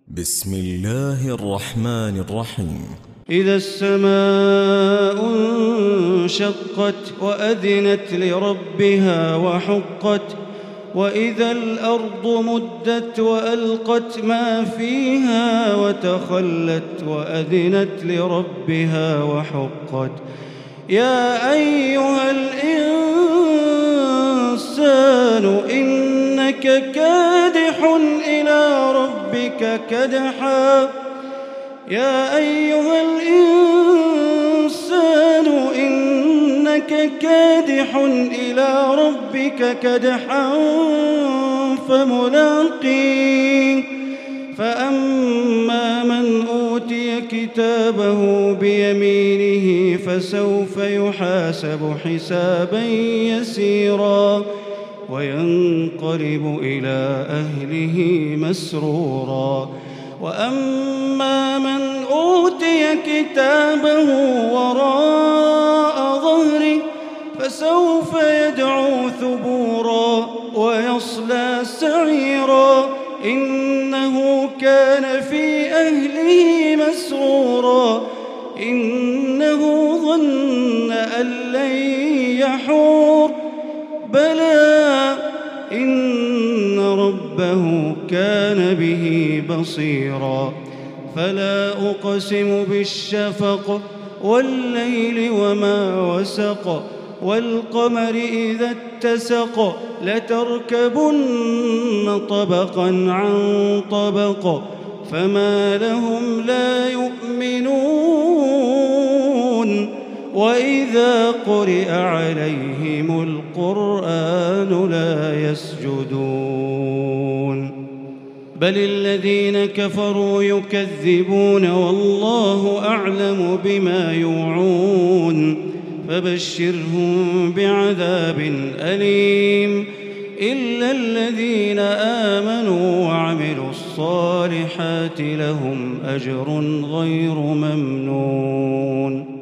بسم الله الرحمن الرحيم. إذا السماء انشقت وأذنت لربها وحقت وإذا الأرض مدت وألقت ما فيها وتخلت وأذنت لربها وحقت يا أيها الإنسان إنك كادح إلى ربك كدحا يا أيها الإنسان إنك كادح إلى ربك كدحا فملاقيه فأما من أوتي كتابه بيمينه فسوف يحاسب حسابا يسيرا وينقلب إلى أهله مسرورا وأما من أوتي كتابه وراء ظهره فسوف يدعو ثبورا ويصلى سعيرا إنه كان في أهله مسرورا إنه ظن أن لن يحور بلى إن ربه كان به بصيرا فلا أقسم بالشفق والليل وما وسق والقمر إذا اتسق لتركبن طبقا عن طبق فما لهم لا يؤمنون وإذا قرئ عليهم القرآن لا يسجدون بل الذين كفروا يكذبون والله أعلم بما يوعون فبشرهم بعذاب أليم إلا الذين آمنوا وعملوا الصالحات لهم أجر غير ممنون.